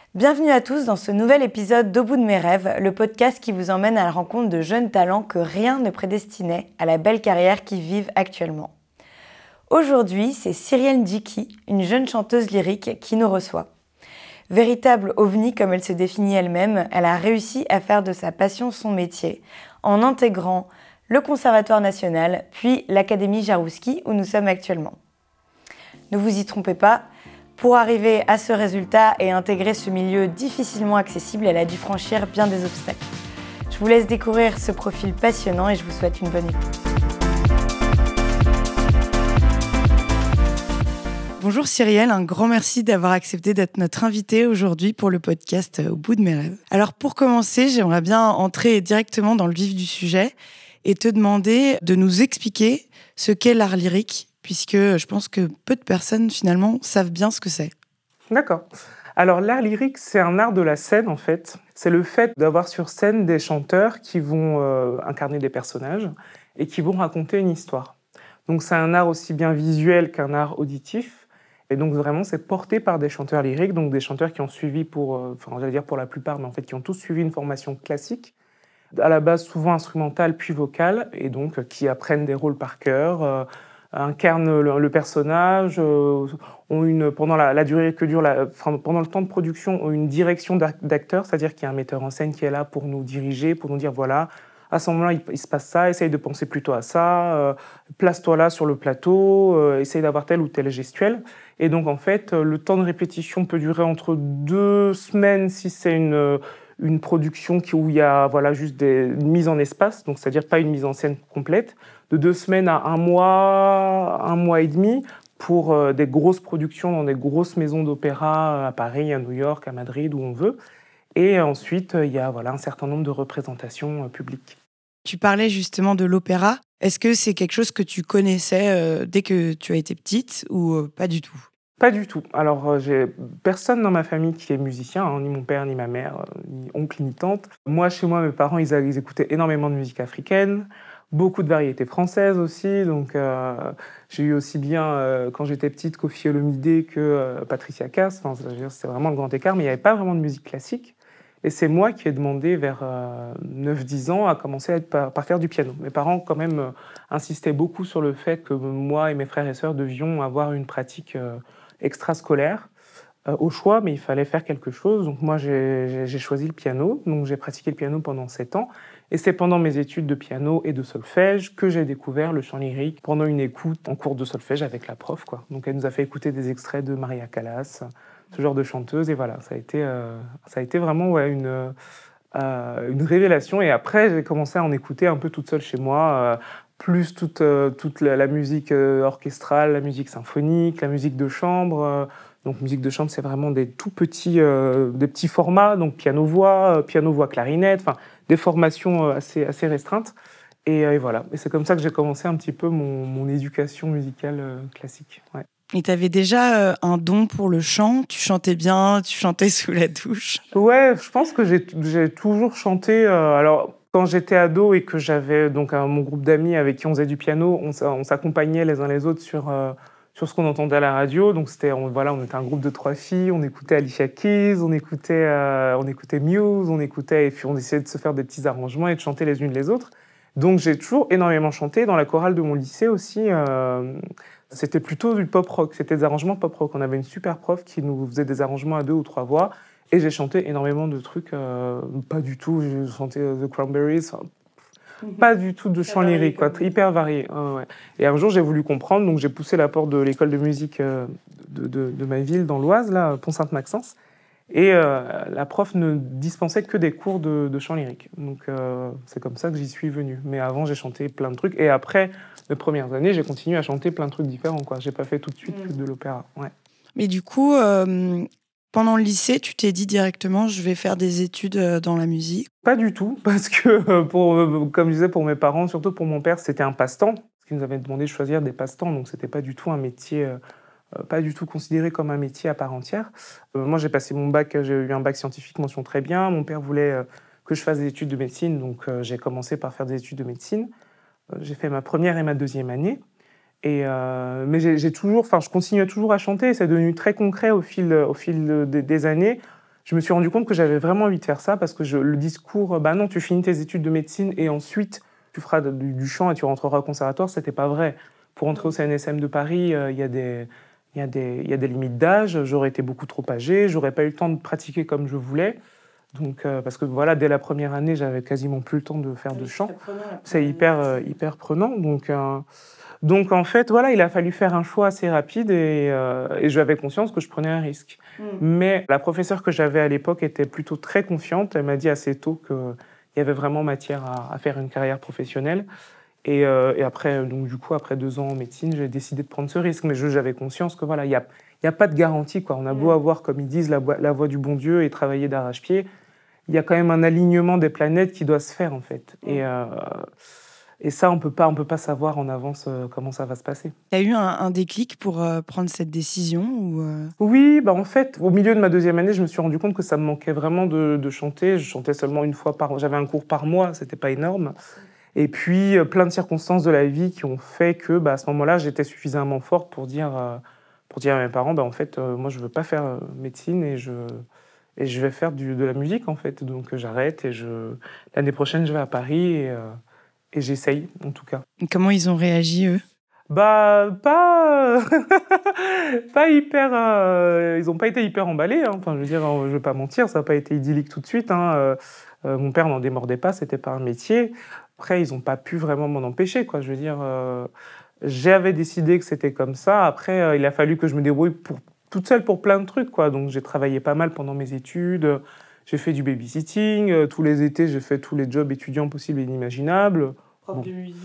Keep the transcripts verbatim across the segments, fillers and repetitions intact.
Bienvenue à tous dans ce nouvel épisode d'Au bout de mes rêves, le podcast qui vous emmène à la rencontre de jeunes talents que rien ne prédestinait à la belle carrière qu'ils vivent actuellement. Aujourd'hui, c'est Cyrielle Ndjiki, une jeune chanteuse lyrique, qui nous reçoit. Véritable ovni comme elle se définit elle-même, elle a réussi à faire de sa passion son métier, en intégrant le Conservatoire national, puis l'Académie Jaroussky où nous sommes actuellement. Ne vous y trompez pas, pour arriver à ce résultat et intégrer ce milieu difficilement accessible, elle a dû franchir bien des obstacles. Je vous laisse découvrir ce profil passionnant et je vous souhaite une bonne écoute. Bonjour Cyrielle, un grand merci d'avoir accepté d'être notre invitée aujourd'hui pour le podcast Au bout de mes rêves. Alors pour commencer, j'aimerais bien entrer directement dans le vif du sujet et te demander de nous expliquer ce qu'est l'art lyrique, puisque je pense que peu de personnes, finalement, savent bien ce que c'est. D'accord. Alors, l'art lyrique, c'est un art de la scène, en fait. C'est le fait d'avoir sur scène des chanteurs qui vont euh, incarner des personnages et qui vont raconter une histoire. Donc, c'est un art aussi bien visuel qu'un art auditif. Et donc, vraiment, c'est porté par des chanteurs lyriques, donc des chanteurs qui ont suivi pour, euh, enfin, j'allais dire pour la plupart, mais en fait, qui ont tous suivi une formation classique, à la base souvent instrumentale puis vocale, et donc qui apprennent des rôles par cœur, euh, incarnent le, le personnage, euh, ont une, pendant la, la durée que dure, la, enfin, pendant le temps de production, ont une direction d'acteur, c'est-à-dire qu'il y a un metteur en scène qui est là pour nous diriger, pour nous dire voilà, à ce moment-là, il, il se passe ça, essaye de penser plutôt à ça, euh, place-toi là sur le plateau, euh, essaye d'avoir telle ou telle gestuelle. Et donc, en fait, le temps de répétition peut durer entre deux semaines si c'est une, une production qui, où il y a voilà, juste des, une mise en espace, donc c'est-à-dire pas une mise en scène complète, de deux semaines à un mois, un mois et demi, pour euh, des grosses productions dans des grosses maisons d'opéra à Paris, à New York, à Madrid, où on veut. Et ensuite, il y a voilà, un certain nombre de représentations euh, publiques. Tu parlais justement de l'opéra. Est-ce que c'est quelque chose que tu connaissais euh, dès que tu as été petite ou euh, pas du tout ? Pas du tout. Alors, euh, j'ai personne dans ma famille qui est musicien, hein, ni mon père, ni ma mère, euh, ni oncle, ni tante. Moi, chez moi, mes parents, ils, ils écoutaient énormément de musique africaine, beaucoup de variétés françaises aussi. Donc, euh, j'ai eu aussi bien, euh, quand j'étais petite, Koffi Olomidé que euh, Patricia Cass. Enfin, c'est vraiment le grand écart, mais il n'y avait pas vraiment de musique classique. Et c'est moi qui ai demandé, vers euh, neuf dix ans, à commencer à être par, par faire du piano. Mes parents, quand même, euh, insistaient beaucoup sur le fait que moi et mes frères et sœurs devions avoir une pratique euh, extrascolaire euh, au choix, mais il fallait faire quelque chose. Donc moi, j'ai, j'ai choisi le piano. Donc j'ai pratiqué le piano pendant sept ans. Et c'est pendant mes études de piano et de solfège que j'ai découvert le chant lyrique pendant une écoute en cours de solfège avec la prof, quoi. Donc elle nous a fait écouter des extraits de Maria Callas, ce genre de chanteuse. Et voilà, ça a été, euh, ça a été vraiment ouais, une, euh, une révélation. Et après, j'ai commencé à en écouter un peu toute seule chez moi, euh, plus toute, euh, toute la, la musique euh, orchestrale, la musique symphonique, la musique de chambre. Euh, donc musique de chambre, c'est vraiment des tout petits, euh, des petits formats, donc piano-voix, euh, piano-voix clarinette, enfin des formations euh, assez, assez restreintes. Et, euh, et voilà, et c'est comme ça que j'ai commencé un petit peu mon, mon éducation musicale euh, classique. Ouais. Et tu avais déjà euh, un don pour le chant ? Tu chantais bien, tu chantais sous la douche ? Ouais, je pense que j'ai, j'ai toujours chanté. Euh, alors, quand j'étais ado et que j'avais donc un, mon groupe d'amis avec qui on faisait du piano, on, on s'accompagnait les uns les autres sur, euh, sur ce qu'on entendait à la radio. Donc, c'était, on, voilà, on était un groupe de trois filles, on écoutait Alicia Keys, on écoutait, euh, on écoutait Muse, on écoutait, et puis on essayait de se faire des petits arrangements et de chanter les unes les autres. Donc, j'ai toujours énormément chanté. Dans la chorale de mon lycée aussi, euh, c'était plutôt du pop-rock, c'était des arrangements pop-rock. On avait une super prof qui nous faisait des arrangements à deux ou trois voix. Et j'ai chanté énormément de trucs, euh, pas du tout, j'ai chanté The Cranberries, enfin, mmh. Pas du tout de chant lyrique, quoi, hyper varié. Ouais, ouais. Et un jour, j'ai voulu comprendre, donc j'ai poussé la porte de l'école de musique euh, de, de, de ma ville, dans l'Oise, là, Pont-Sainte-Maxence, et euh, la prof ne dispensait que des cours de, de chant lyrique. Donc euh, c'est comme ça que j'y suis venu. Mais avant, j'ai chanté plein de trucs, et après, les premières années, j'ai continué à chanter plein de trucs différents, quoi. J'ai pas fait tout de suite mmh. que de l'opéra, ouais. Mais du coup... Euh... Pendant le lycée, tu t'es dit directement, je vais faire des études dans la musique ? Pas du tout, parce que, pour, comme je disais, pour mes parents, surtout pour mon père, c'était un passe-temps, parce qu'ils nous avaient demandé de choisir des passe-temps, donc c'était pas du tout un métier, euh, pas du tout considéré comme un métier à part entière. Euh, moi, j'ai passé mon bac, j'ai eu un bac scientifique, mention très bien. Mon père voulait euh, que je fasse des études de médecine, donc euh, j'ai commencé par faire des études de médecine. Euh, j'ai fait ma première et ma deuxième année. Et euh, mais j'ai, j'ai toujours, enfin, je continuais toujours à chanter. C'est devenu très concret au fil, au fil des, des années. je me suis rendu compte que j'avais vraiment envie de faire ça parce que je, le discours, bah non, tu finis tes études de médecine et ensuite tu feras de- du, du chant et tu rentreras au conservatoire, c'était pas vrai. Pour entrer au C N S M de Paris, euh, il y a des, il y a des, il y a des limites d'âge. J'aurais été beaucoup trop âgée, j'aurais pas eu le temps de pratiquer comme je voulais. Donc, euh, parce que voilà, dès la première année, j'avais quasiment plus le temps de faire de chant. C'est hyper, euh, hyper prenant. Donc, euh, donc, en fait, voilà, il a fallu faire un choix assez rapide et, euh, et j'avais conscience que je prenais un risque. Mm. Mais la professeure que j'avais à l'époque était plutôt très confiante. Elle m'a dit assez tôt qu'il y avait vraiment matière à, à faire une carrière professionnelle. Et, euh, et après, donc, du coup, après deux ans en médecine, j'ai décidé de prendre ce risque. Mais je, j'avais conscience que voilà, il n'y a, y a pas de garantie, quoi. On a beau avoir, comme ils disent, la, la voie du bon Dieu et travailler d'arrache-pied, il y a quand même un alignement des planètes qui doit se faire, en fait. Et, euh, et ça, on ne peut pas savoir en avance euh, comment ça va se passer. Tu as eu un, un déclic pour euh, prendre cette décision ou euh... Oui, bah en fait, au milieu de ma deuxième année, je me suis rendu compte que ça me manquait vraiment de, de chanter. Je chantais seulement une fois par an. J'avais un cours par mois, c'était pas énorme. Et puis, euh, plein de circonstances de la vie qui ont fait que, bah, à ce moment-là, j'étais suffisamment forte pour dire, euh, pour dire à mes parents, bah, en fait, euh, moi, je veux pas faire euh, médecine et je, et je vais faire du, de la musique, en fait. Donc, euh, j'arrête et je, l'année prochaine, je vais à Paris et, euh, et j'essaye, en tout cas. Comment ils ont réagi, eux ? Bah, pas, pas hyper. Euh, ils n'ont pas été hyper emballés. Hein. Enfin, je veux dire, je vais pas mentir, ça n'a pas été idyllique tout de suite. Hein. Euh, euh, mon père n'en démordait pas, c'était pas un métier. Après, ils n'ont pas pu vraiment m'en empêcher, quoi. Je veux dire, euh, j'avais décidé que c'était comme ça. Après, euh, il a fallu que je me débrouille pour, toute seule pour plein de trucs, quoi. Donc, j'ai travaillé pas mal pendant mes études. J'ai fait du babysitting. Euh, tous les étés, j'ai fait tous les jobs étudiants possibles et inimaginables. Bon.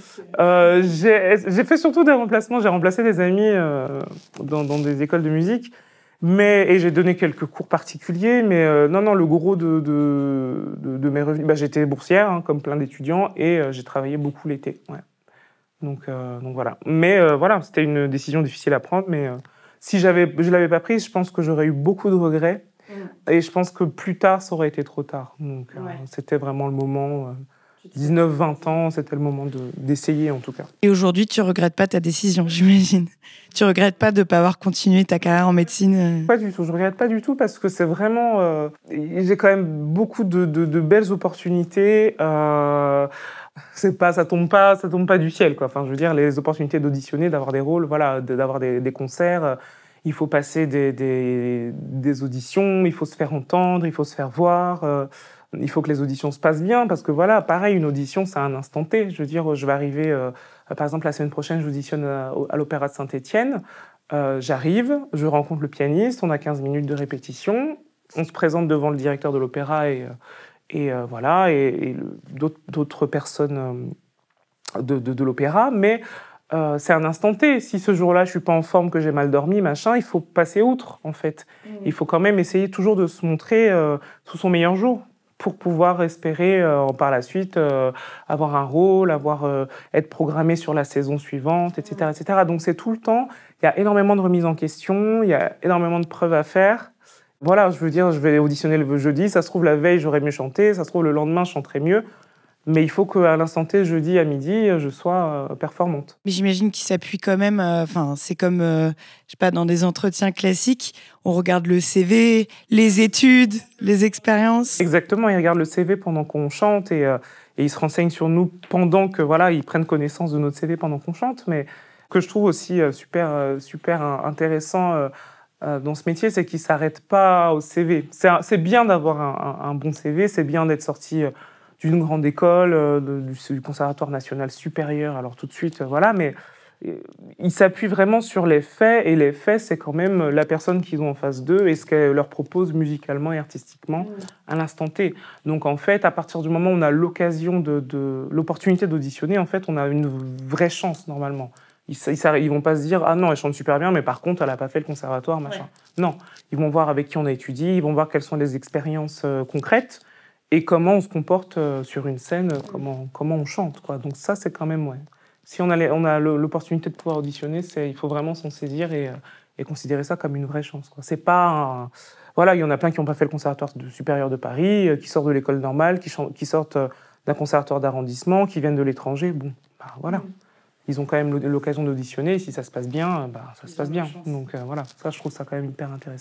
Euh, j'ai, j'ai fait surtout des remplacements. J'ai remplacé des amis euh, dans, dans des écoles de musique. Mais, et j'ai donné quelques cours particuliers, mais euh, non, non, le gros de, de, de, de mes revenus, bah, j'étais boursière, hein, comme plein d'étudiants, et euh, j'ai travaillé beaucoup l'été. Ouais. Donc, euh, donc voilà. Mais euh, voilà, c'était une décision difficile à prendre, mais euh, si j'avais, je ne l'avais pas prise, je pense que j'aurais eu beaucoup de regrets, mmh. Et je pense que plus tard, ça aurait été trop tard. Donc euh, ouais. C'était vraiment le moment... Euh, dix-neuf vingt ans, c'était le moment de, d'essayer en tout cas. Et aujourd'hui, tu ne regrettes pas ta décision, j'imagine. Tu ne regrettes pas de ne pas avoir continué ta carrière en médecine ? Pas du tout, je ne regrette pas du tout parce que c'est vraiment... Euh, j'ai quand même beaucoup de, de, de belles opportunités. Euh, c'est pas, ça tombe pas, ça tombe pas du ciel, quoi. Enfin, je veux dire, les opportunités d'auditionner, d'avoir des rôles, voilà, d'avoir des, des concerts. Euh, il faut passer des, des, des auditions, il faut se faire entendre, il faut se faire voir... Euh, il faut que les auditions se passent bien, parce que voilà, pareil, une audition, c'est un instant T. Je veux dire, je vais arriver, euh, par exemple, la semaine prochaine, j'auditionne à, à l'Opéra de Saint-Étienne. Euh, j'arrive, je rencontre le pianiste, on a quinze minutes de répétition, on se présente devant le directeur de l'opéra et, et euh, voilà, et, et le, d'autres, d'autres personnes euh, de, de, de l'opéra, mais euh, c'est un instant T. Si ce jour-là, je suis pas en forme, que j'ai mal dormi, machin, il faut passer outre, en fait. Mmh. Il faut quand même essayer toujours de se montrer euh, sous son meilleur jour, pour pouvoir espérer euh, par la suite euh, avoir un rôle, avoir, euh, être programmé sur la saison suivante, et cetera, et cetera. Donc c'est tout le temps, il y a énormément de remises en question, il y a énormément de preuves à faire. Voilà, je veux dire, je vais auditionner le jeudi, ça se trouve la veille j'aurais mieux chanté, ça se trouve le lendemain je chanterai mieux. Mais il faut qu'à l'instant T, jeudi à midi, je sois euh, performante. Mais j'imagine qu'il s'appuie quand même... Enfin, euh, c'est comme, euh, je sais pas, dans des entretiens classiques, on regarde le C V, les études, les expériences. Exactement, ils regardent le C V pendant qu'on chante et, euh, et ils se renseignent sur nous pendant que, voilà, ils prennent connaissance de notre C V pendant qu'on chante. Mais ce que je trouve aussi euh, super, euh, super intéressant euh, euh, dans ce métier, c'est qu'ils ne s'arrêtent pas au C V. C'est, un, c'est bien d'avoir un, un, un bon C V, c'est bien d'être sorti... Euh, d'une grande école, euh, du, du Conservatoire national supérieur, alors tout de suite, euh, voilà, mais euh, ils s'appuient vraiment sur les faits, et les faits, c'est quand même la personne qu'ils ont en face d'eux et ce qu'elle leur propose musicalement et artistiquement mmh. à l'instant T. Donc en fait, à partir du moment où on a l'occasion de, de l'opportunité d'auditionner, en fait, on a une vraie chance, normalement. Ils ne vont pas se dire « Ah non, elle chante super bien, mais par contre, elle n'a pas fait le conservatoire, machin. Ouais. » Non, ils vont voir avec qui on a étudié, ils vont voir quelles sont les expériences euh, concrètes, et comment on se comporte sur une scène, comment, comment on chante, quoi. Donc ça, c'est quand même... Ouais. Si on a, les, on a l'opportunité de pouvoir auditionner, c'est, il faut vraiment s'en saisir et, et considérer ça comme une vraie chance, quoi. C'est pas... Un... Voilà, il y en a plein qui n'ont pas fait le conservatoire de, supérieur de Paris, qui sortent de l'école normale, qui, chantent, qui sortent d'un conservatoire d'arrondissement, qui viennent de l'étranger. Bon, bah, voilà. Ils ont quand même l'occasion d'auditionner, et si ça se passe bien, bah, ça Ils se passe bien. Donc euh, voilà, ça, je trouve ça quand même hyper intéressant.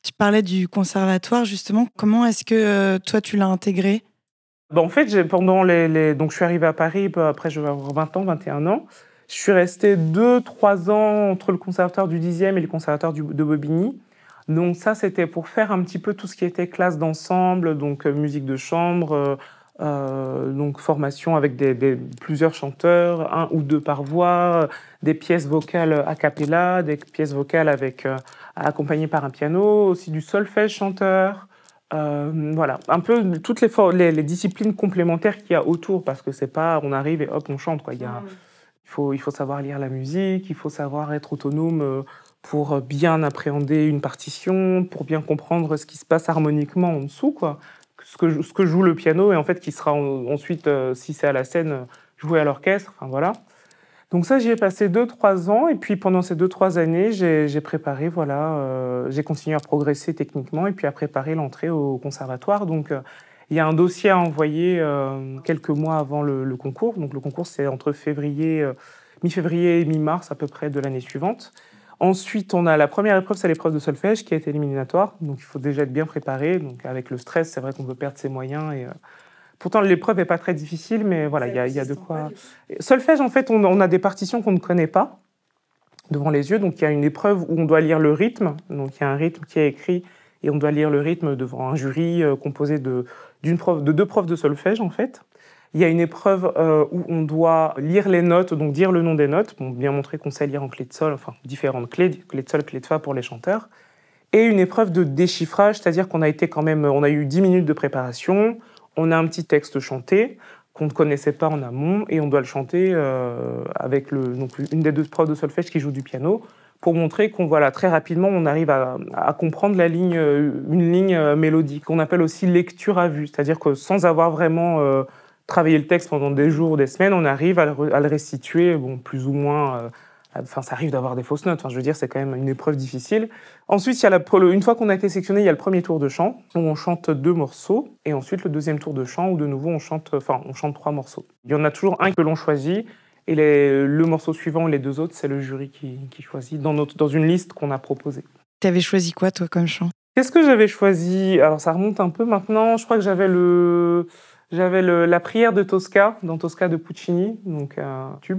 Tu parlais du conservatoire, justement. Comment est-ce que euh, toi, tu l'as intégré ? Bah, en fait, j'ai, pendant les, les... Donc, je suis arrivée à Paris, bah, après je vais avoir vingt ans, vingt et un ans. Je suis restée deux trois ans entre le conservatoire du dixième et le conservatoire du, de Bobigny. Donc ça, c'était pour faire un petit peu tout ce qui était classe d'ensemble, donc euh, musique de chambre, euh, euh, donc formation avec des, des, plusieurs chanteurs, un ou deux par voix, des pièces vocales a cappella, des pièces vocales avec, euh, accompagnées par un piano, aussi du solfège chanteur. Euh, voilà, un peu toutes les, for- les, les disciplines complémentaires qu'il y a autour, parce que c'est pas on arrive et hop, on chante, quoi. Il y a, Mmh. il faut, il faut savoir lire la musique, il faut savoir être autonome euh, pour bien appréhender une partition, pour bien comprendre ce qui se passe harmoniquement en dessous, quoi. Ce que, ce que joue le piano et en fait qui sera en- ensuite, euh, si c'est à la scène, euh, joué à l'orchestre. Enfin voilà. Donc ça, j'y ai passé deux, trois ans et puis pendant ces deux, trois années, j'ai, j'ai préparé, voilà, euh, j'ai continué à progresser techniquement et puis à préparer l'entrée au conservatoire. Donc euh, il y a un dossier à envoyer euh, quelques mois avant le, le concours. Donc le concours, c'est entre février, euh, mi-février et mi-mars à peu près de l'année suivante. Ensuite, on a la première épreuve, c'est l'épreuve de solfège qui est éliminatoire. Donc il faut déjà être bien préparé. Donc avec le stress, c'est vrai qu'on peut perdre ses moyens et euh, pourtant, l'épreuve n'est pas très difficile, mais voilà, il y, a- il y a de quoi. Solfège, en fait, on, on a des partitions qu'on ne connaît pas devant les yeux. Donc, il y a une épreuve où on doit lire le rythme. Donc, il y a un rythme qui est écrit et on doit lire le rythme devant un jury euh, composé de, d'une prof, de deux profs de solfège, en fait. Il y a une épreuve euh, où on doit lire les notes, donc dire le nom des notes, pour bien montrer qu'on sait lire en clé de sol, enfin, différentes clés, clé de sol, clé de fa pour les chanteurs. Et une épreuve de déchiffrage, c'est-à-dire qu'on a été quand même, on a eu dix minutes de préparation, on a un petit texte chanté qu'on ne connaissait pas en amont et on doit le chanter euh, avec le, donc une des deux profs de solfège qui joue du piano pour montrer qu'on voilà très rapidement on arrive à, à comprendre la ligne, une ligne euh, mélodique qu'on appelle aussi lecture à vue, c'est-à-dire que sans avoir vraiment euh, travaillé le texte pendant des jours ou des semaines, on arrive à le, à le restituer, bon plus ou moins. Euh, Enfin, ça arrive d'avoir des fausses notes. Enfin, je veux dire, c'est quand même une épreuve difficile. Ensuite, il y a la, une fois qu'on a été sélectionné, il y a le premier tour de chant où on chante deux morceaux, et ensuite le deuxième tour de chant où de nouveau on chante, enfin, on chante trois morceaux. Il y en a toujours un que l'on choisit, et les, le morceau suivant ou les deux autres, c'est le jury qui, qui choisit dans, notre, dans une liste qu'on a proposée. T'avais choisi quoi, toi, comme chant ? Qu'est-ce que j'avais choisi ? Alors, ça remonte un peu maintenant. Je crois que j'avais le... J'avais le, la prière de Tosca, dans Tosca de Puccini, donc un tube.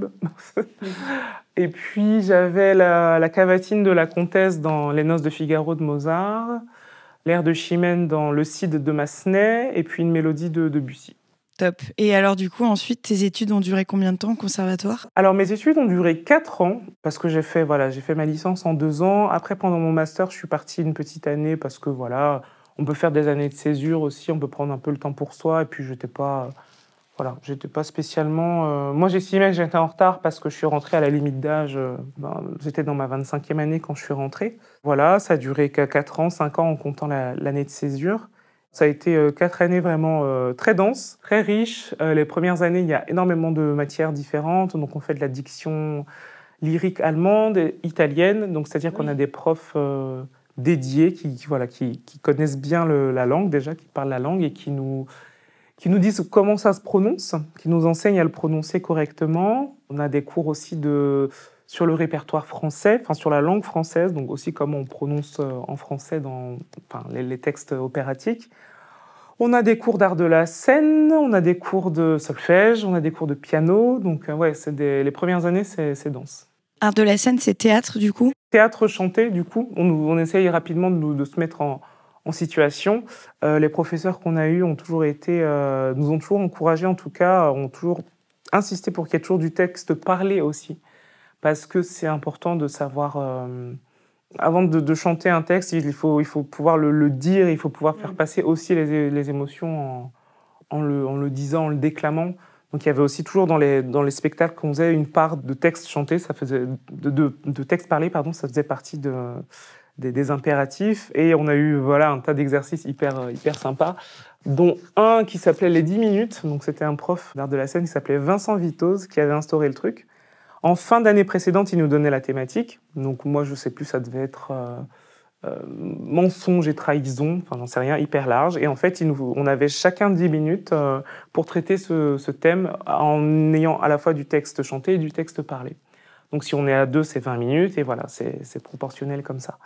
Et puis j'avais la, la cavatine de la comtesse dans Les Noces de Figaro de Mozart, l'air de Chimène dans Le Cid de Massenet, et puis une mélodie de Debussy. Top. Et alors du coup, ensuite, tes études ont duré combien de temps au conservatoire ? Alors mes études ont duré quatre ans, parce que j'ai fait, voilà, j'ai fait ma licence en deux ans. Après, pendant mon master, je suis partie une petite année, parce que voilà... On peut faire des années de césure aussi, on peut prendre un peu le temps pour soi. Et puis, je n'étais pas, voilà, j'étais pas spécialement... Euh... Moi, j'estimais que j'étais en retard parce que je suis rentrée à la limite d'âge. Euh... Ben, j'étais dans ma vingt-cinquième année quand je suis rentrée. Voilà, ça a duré quatre ans, cinq ans en comptant la, l'année de césure. Ça a été euh, quatre années vraiment euh, très denses, très riches. Euh, les premières années, il y a énormément de matières différentes. Donc, on fait de la diction lyrique allemande et italienne. Donc, c'est-à-dire oui. qu'on a des profs... Euh... dédiés, qui, qui, voilà, qui, qui connaissent bien le, la langue déjà, qui parlent la langue et qui nous, qui nous disent comment ça se prononce, qui nous enseignent à le prononcer correctement. On a des cours aussi de, sur le répertoire français, enfin sur la langue française, donc aussi comment on prononce en français dans enfin, les, les textes opératiques. On a des cours d'art de la scène, on a des cours de solfège, on a des cours de piano. Donc ouais, c'est des, les premières années, c'est, c'est dense. Art de la scène, c'est théâtre, du coup ? Théâtre chanté, du coup. On, on essaye rapidement de, de se mettre en, en situation. Euh, les professeurs qu'on a eus ont toujours été, euh, nous ont toujours encouragés, en tout cas, ont toujours insisté pour qu'il y ait toujours du texte parlé aussi. Parce que c'est important de savoir... Euh, avant de, de chanter un texte, il faut, il faut pouvoir le, le dire, il faut pouvoir faire passer aussi les, les émotions en, en, le, en le disant, en le déclamant. Donc il y avait aussi toujours dans les, dans les spectacles qu'on faisait une part de texte chanté, ça faisait, de, de, de texte parlé, pardon, ça faisait partie de, des, des impératifs. Et on a eu voilà, un tas d'exercices hyper, hyper sympas, dont un qui s'appelait Les dix minutes. Donc c'était un prof d'art de la scène qui s'appelait Vincent Vitoz qui avait instauré le truc. En fin d'année précédente, il nous donnait la thématique. Donc moi, je ne sais plus, ça devait être... Euh, Euh, mensonge et trahison, enfin j'en sais rien, hyper large. Et en fait, il nous, on avait chacun dix minutes euh, pour traiter ce, ce thème en ayant à la fois du texte chanté et du texte parlé. Donc si on est à deux, c'est vingt minutes, et voilà, c'est, c'est proportionnel comme ça.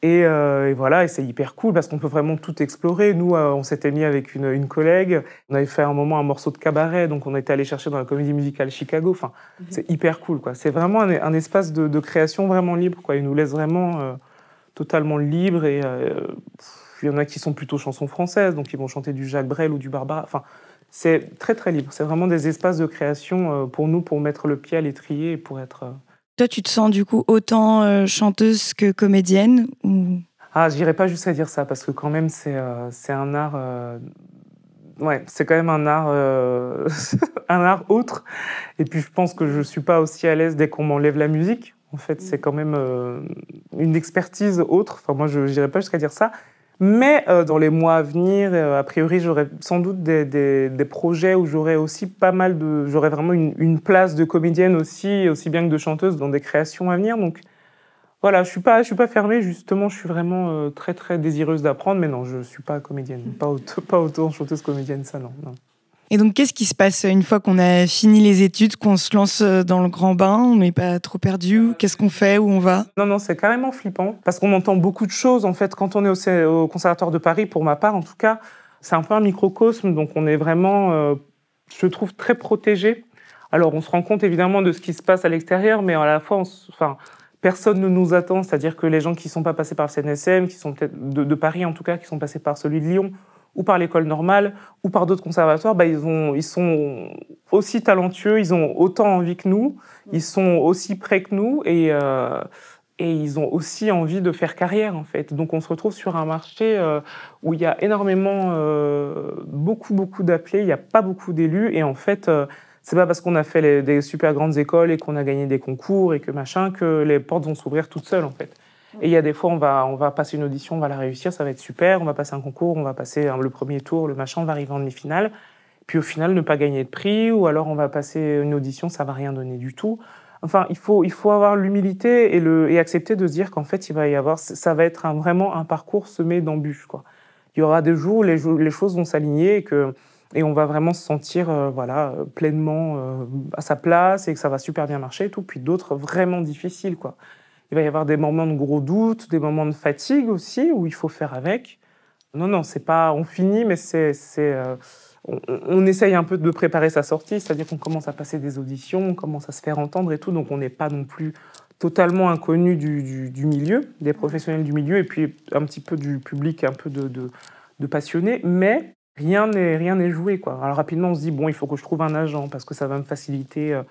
Et, euh, et voilà, et c'est hyper cool parce qu'on peut vraiment tout explorer. Nous, euh, on s'était mis avec une, une collègue, on avait fait un moment un morceau de cabaret, donc on était allé chercher dans la comédie musicale Chicago. Enfin, mmh. C'est hyper cool, quoi. C'est vraiment un, un espace de, de création vraiment libre, quoi. Il nous laisse vraiment euh, totalement libre. Et euh, il y en a qui sont plutôt chansons françaises, donc ils vont chanter du Jacques Brel ou du Barbara. Enfin, c'est très très libre. C'est vraiment des espaces de création euh, pour nous, pour mettre le pied à l'étrier et pour être. Euh, Toi, tu te sens du coup autant euh, chanteuse que comédienne ou... Ah, je n'irais pas jusqu'à dire ça, parce que quand même, c'est, euh, c'est un art... Euh... Ouais, c'est quand même un art, euh... un art autre. Et puis, je pense que je ne suis pas aussi à l'aise dès qu'on m'enlève la musique. En fait, c'est quand même euh, une expertise autre. Enfin, moi, je n'irais pas jusqu'à dire ça. Mais euh, dans les mois à venir, euh, a priori, j'aurai sans doute des, des, des projets où j'aurai aussi pas mal de... J'aurai vraiment une, une place de comédienne aussi, aussi bien que de chanteuse dans des créations à venir. Donc voilà, je ne suis pas, je suis pas fermée, justement, je suis vraiment euh, très très désireuse d'apprendre, mais non, je ne suis pas comédienne. Pas autant, pas autant chanteuse comédienne, ça non, non. Et donc, qu'est-ce qui se passe une fois qu'on a fini les études, qu'on se lance dans le grand bain, on n'est pas trop perdu? Qu'est-ce qu'on fait? Où on va? Non, non, c'est carrément flippant, parce qu'on entend beaucoup de choses, en fait, quand on est au, au Conservatoire de Paris, pour ma part, en tout cas, c'est un peu un microcosme, donc on est vraiment, euh, je trouve, très protégé. Alors, on se rend compte, évidemment, de ce qui se passe à l'extérieur, mais à la fois, on se, enfin, personne ne nous attend, c'est-à-dire que les gens qui ne sont pas passés par le C N S M, qui sont peut-être de, de Paris, en tout cas, qui sont passés par celui de Lyon, ou par l'école normale, ou par d'autres conservatoires, bah, ils, ont, ils sont aussi talentueux, ils ont autant envie que nous, ils sont aussi près que nous, et, euh, et ils ont aussi envie de faire carrière, en fait. Donc on se retrouve sur un marché euh, où il y a énormément, euh, beaucoup, beaucoup d'appelés, il n'y a pas beaucoup d'élus, et en fait, euh, c'est pas parce qu'on a fait les, des super grandes écoles et qu'on a gagné des concours et que machin, que les portes vont s'ouvrir toutes seules, en fait. Et il y a des fois, on va, on va passer une audition, on va la réussir, ça va être super, on va passer un concours, on va passer le premier tour, le machin, on va arriver en demi-finale. Puis au final, ne pas gagner de prix, ou alors on va passer une audition, ça va rien donner du tout. Enfin, il faut, il faut avoir l'humilité et, le, et accepter de se dire qu'en fait, il va y avoir, ça va être un, vraiment un parcours semé d'embûches, quoi. Il y aura des jours où les, les choses vont s'aligner et, que, et on va vraiment se sentir euh, voilà, pleinement euh, à sa place et que ça va super bien marcher et tout. Puis d'autres vraiment difficiles, quoi. Il va y avoir des moments de gros doutes, des moments de fatigue aussi, où il faut faire avec. Non, non, c'est pas... On finit, mais c'est... c'est euh, on, on essaye un peu de préparer sa sortie, c'est-à-dire qu'on commence à passer des auditions, on commence à se faire entendre et tout, donc on n'est pas non plus totalement inconnu du, du, du milieu, des professionnels du milieu, et puis un petit peu du public, un peu de, de, de passionnés, mais rien n'est, rien n'est joué, quoi. Alors rapidement, on se dit, bon, il faut que je trouve un agent, parce que ça va me faciliter... Euh,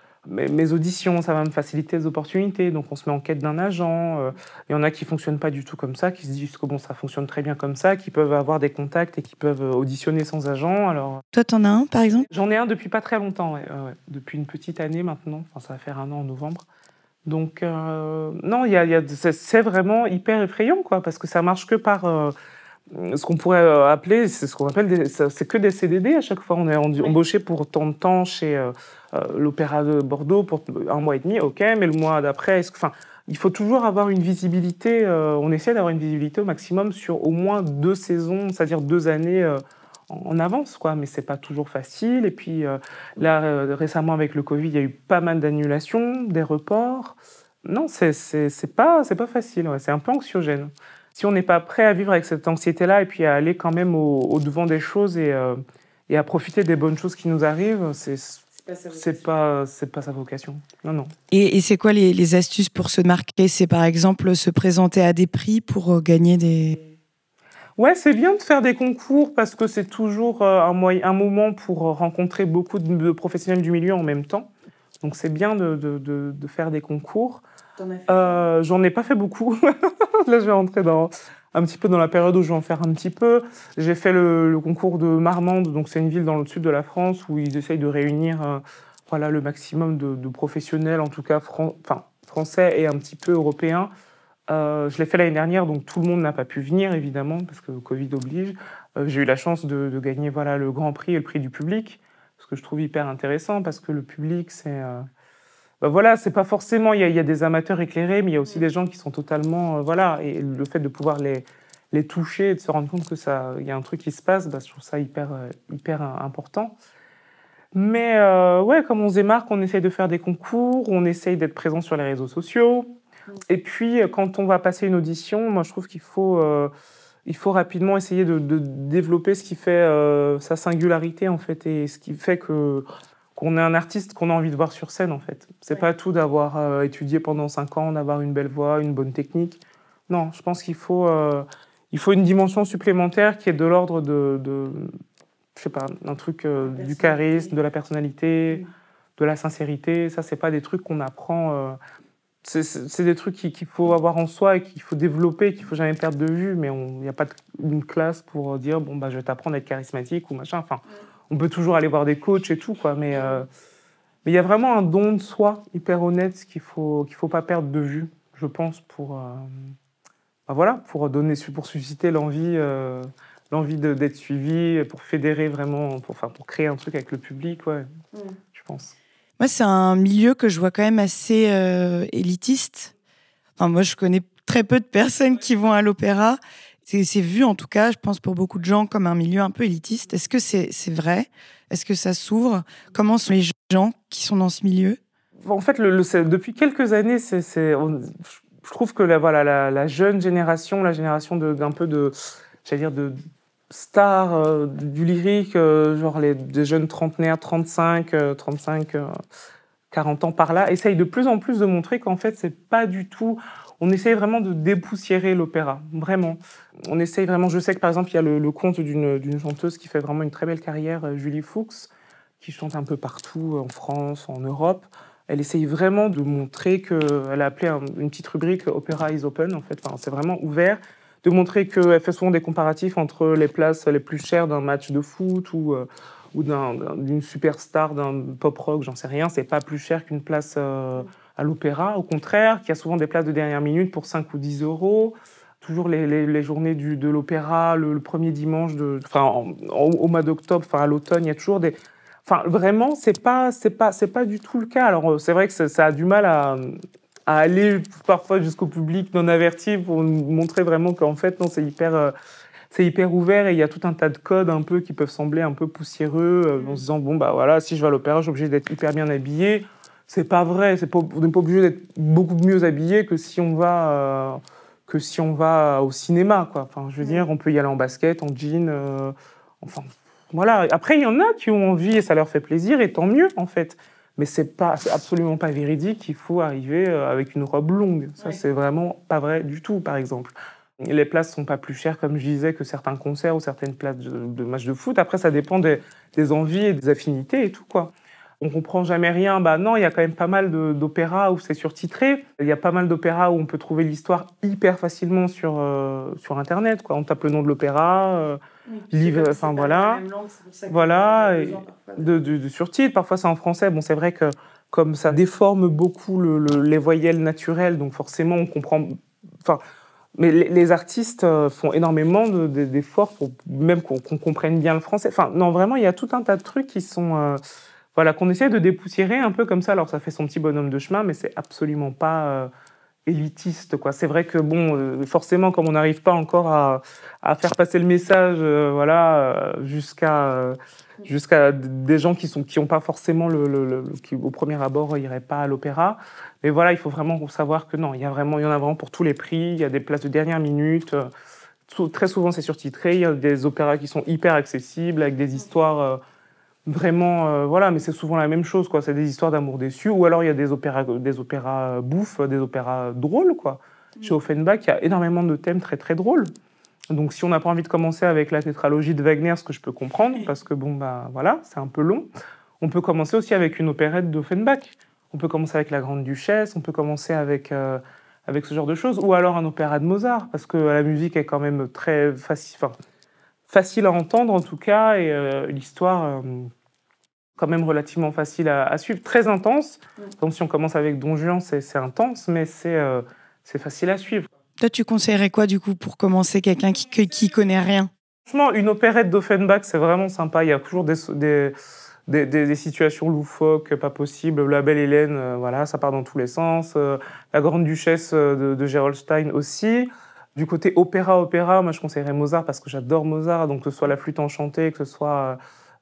mes auditions, ça va me faciliter les opportunités, donc on se met en quête d'un agent. Euh, il y en a qui ne fonctionnent pas du tout comme ça, qui se disent que bon, ça fonctionne très bien comme ça, qui peuvent avoir des contacts et qui peuvent auditionner sans agent. Alors... Toi, t'en as un, par exemple? J'en ai un depuis pas très longtemps, ouais, ouais, depuis une petite année maintenant, enfin, ça va faire un an en novembre. Donc, euh, non, y a, y a, c'est vraiment hyper effrayant, quoi, parce que ça marche que par... Euh, ce qu'on pourrait appeler, c'est ce qu'on appelle, des, c'est que des C D D à chaque fois. On est embauché pour tant de temps chez euh, l'Opéra de Bordeaux pour un mois et demi, ok, mais le mois d'après, est-ce que, enfin, il faut toujours avoir une visibilité. Euh, on essaie d'avoir une visibilité au maximum sur au moins deux saisons, c'est-à-dire deux années euh, en avance, quoi. Mais c'est pas toujours facile. Et puis euh, là, euh, récemment avec le Covid, il y a eu pas mal d'annulations, des reports. Non, c'est c'est c'est pas c'est pas facile. Ouais. C'est un peu anxiogène. Si on n'est pas prêt à vivre avec cette anxiété-là et puis à aller quand même au, au devant des choses et, euh, et à profiter des bonnes choses qui nous arrivent, c'est, c'est pas, c'est pas sa vocation. Non, non. Et, et c'est quoi les, les astuces pour se marquer? C'est par exemple se présenter à des prix pour gagner des... Ouais, c'est bien de faire des concours parce que c'est toujours un, moyen, un moment pour rencontrer beaucoup de, de professionnels du milieu en même temps. Donc c'est bien de, de, de, de faire des concours. T'en as fait euh, J'en ai pas fait beaucoup. Là, je vais rentrer dans, un petit peu dans la période où je vais en faire un petit peu. J'ai fait le, le concours de Marmande, donc c'est une ville dans le sud de la France où ils essayent de réunir euh, voilà, le maximum de, de professionnels, en tout cas fran- enfin, français et un petit peu européens. Euh, je l'ai fait l'année dernière, donc tout le monde n'a pas pu venir, évidemment, parce que le Covid oblige. Euh, j'ai eu la chance de, de gagner voilà, le grand prix et le prix du public, ce que je trouve hyper intéressant, parce que le public, c'est... Euh, Ben voilà, c'est pas forcément, il y, y a des amateurs éclairés, mais il y a aussi des gens qui sont totalement, euh, voilà, et le fait de pouvoir les, les toucher et de se rendre compte que ça, il y a un truc qui se passe, ben, je trouve ça hyper, euh, hyper important. Mais euh, ouais, comme on se démarque, on essaye de faire des concours, on essaye d'être présent sur les réseaux sociaux, Et puis, quand on va passer une audition, moi, je trouve qu'il faut, euh, il faut rapidement essayer de, de développer ce qui fait euh, sa singularité, en fait, et ce qui fait que, qu'on est un artiste qu'on a envie de voir sur scène, en fait. C'est Ouais. pas tout d'avoir euh, étudié pendant cinq ans, d'avoir une belle voix, une bonne technique. Non, je pense qu'il faut, euh, il faut une dimension supplémentaire qui est de l'ordre de, de je sais pas, un truc euh, du charisme, de la personnalité, mmh. de la sincérité. Ça, c'est pas des trucs qu'on apprend. Euh, c'est, c'est, c'est des trucs qu'il, qu'il faut avoir en soi et qu'il faut développer, qu'il faut jamais perdre de vue. Mais il n'y a pas de, une classe pour dire bon bah je vais t'apprendre à être charismatique ou machin. Enfin, mmh. on peut toujours aller voir des coachs et tout quoi. Mais euh, mais il y a vraiment un don de soi hyper honnête qu'il faut qu'il faut pas perdre de vue, je pense, pour euh, bah voilà, pour donner, pour susciter l'envie. Euh, l'envie de, d'être suivi, pour fédérer vraiment, pour, enfin, pour créer un truc avec le public, ouais, mmh. je pense. Moi, c'est un milieu que je vois quand même assez euh, élitiste. Enfin, moi, je connais très peu de personnes qui vont à l'opéra. C'est, c'est vu, en tout cas, je pense, pour beaucoup de gens, comme un milieu un peu élitiste. Est-ce que c'est, c'est vrai ? Est-ce que ça s'ouvre ? Comment sont les gens qui sont dans ce milieu ? En fait, le, le, c'est, depuis quelques années, c'est, c'est, on, je trouve que la, voilà, la, la jeune génération, la génération de, d'un peu de, j'allais dire, de stars euh, du lyrique, euh, genre les, des jeunes trentenaires, trente-cinq, euh, trente-cinq, euh, quarante ans par là, essayent de plus en plus de montrer qu'en fait, c'est pas du tout... On essaye vraiment de dépoussiérer l'opéra, vraiment. On essaye vraiment... Je sais que, par exemple, il y a le, le conte d'une, d'une chanteuse qui fait vraiment une très belle carrière, Julie Fuchs, qui chante un peu partout, en France, en Europe. Elle essaye vraiment de montrer qu'elle a appelé un, une petite rubrique « Opera is open », en fait. Enfin, c'est vraiment ouvert. De montrer qu'elle fait souvent des comparatifs entre les places les plus chères d'un match de foot ou, euh, ou d'un, d'une superstar d'un pop-rock, j'en sais rien. C'est pas plus cher qu'une place euh, à l'opéra. Au contraire, qu'il y a souvent des places de dernière minute pour cinq ou dix euros. Toujours les, les, les journées du, de l'opéra, le, le premier dimanche, de, enfin, en, en, au mois d'octobre, enfin, à l'automne, il y a toujours des... Enfin, vraiment, c'est pas, c'est pas, c'est pas du tout le cas. Alors, c'est vrai que ça, ça a du mal à... à aller parfois jusqu'au public non averti pour montrer vraiment qu'en fait, non, c'est hyper, euh, c'est hyper ouvert et il y a tout un tas de codes un peu qui peuvent sembler un peu poussiéreux euh, en se disant, bon, bah voilà, si je vais à l'opéra, je suis obligé d'être hyper bien habillé. C'est pas vrai, c'est pas, on n'est pas obligé d'être beaucoup mieux habillé que si on va, euh, que si on va au cinéma, quoi. Enfin, je veux dire, on peut y aller en basket, en jean, euh, enfin, voilà. Après, il y en a qui ont envie et ça leur fait plaisir et tant mieux, en fait. Mais c'est pas, c'est absolument pas véridique qu'il faut arriver avec une robe longue. Ça, ouais. C'est vraiment pas vrai du tout, par exemple. Les places sont pas plus chères, comme je disais, que certains concerts ou certaines places de, de matchs de foot. Après, ça dépend des, des envies et des affinités et tout, quoi. On comprend jamais rien. Bah non, il y a quand même pas mal de, d'opéras où c'est surtitré. Il y a pas mal d'opéras où on peut trouver l'histoire hyper facilement sur, euh, sur Internet, quoi. On tape le nom de l'opéra... Euh, Oui, livre, enfin voilà, voilà, et de, de, de surtitres. Parfois c'est en français. Bon, c'est vrai que comme ça déforme beaucoup le, le, les voyelles naturelles, donc forcément on comprend. Enfin, mais les, les artistes font énormément de, de, d'efforts pour même qu'on, qu'on comprenne bien le français. Enfin, non, vraiment, il y a tout un tas de trucs qui sont, euh, voilà, qu'on essaie de dépoussiérer un peu comme ça. Alors ça fait son petit bonhomme de chemin, mais c'est absolument pas euh, élitiste, quoi. C'est vrai que bon, forcément, comme on n'arrive pas encore à, à faire passer le message, euh, voilà, jusqu'à euh, jusqu'à des gens qui sont qui ont pas forcément le, le, le qui au premier abord iraient pas à l'opéra. Mais voilà, il faut vraiment savoir que non, il y a vraiment, il y en a vraiment pour tous les prix. Il y a des places de dernière minute. Tout, très souvent, c'est surtitré. Il y a des opéras qui sont hyper accessibles avec des histoires. Euh, Vraiment, euh, voilà, mais c'est souvent la même chose, quoi. C'est des histoires d'amour déçu, ou alors il y a des opéras, des opéras bouffes, des opéras drôles, quoi. Mmh. Chez Offenbach, il y a énormément de thèmes très très drôles. Donc, si on n'a pas envie de commencer avec la tétralogie de Wagner, ce que je peux comprendre, parce que bon, bah voilà, c'est un peu long. On peut commencer aussi avec une opérette d'Offenbach. On peut commencer avec La Grande Duchesse. On peut commencer avec euh, avec ce genre de choses, ou alors un opéra de Mozart, parce que la musique est quand même très facile, enfin, facile à entendre en tout cas, et euh, l'histoire. Euh, quand même relativement facile à, à suivre, très intense. Mmh. Donc si on commence avec Don Juan, c'est, c'est intense, mais c'est, euh, c'est facile à suivre. Toi, tu conseillerais quoi, du coup, pour commencer, quelqu'un qui qui connaît rien ? Franchement, une opérette d'Offenbach, c'est vraiment sympa. Il y a toujours des, des, des, des, des situations loufoques, pas possibles. La Belle Hélène, euh, voilà, ça part dans tous les sens. Euh, la Grande Duchesse de, de Gerolstein aussi. Du côté opéra-opéra, moi, je conseillerais Mozart parce que j'adore Mozart. Donc que ce soit La Flûte enchantée, que ce soit...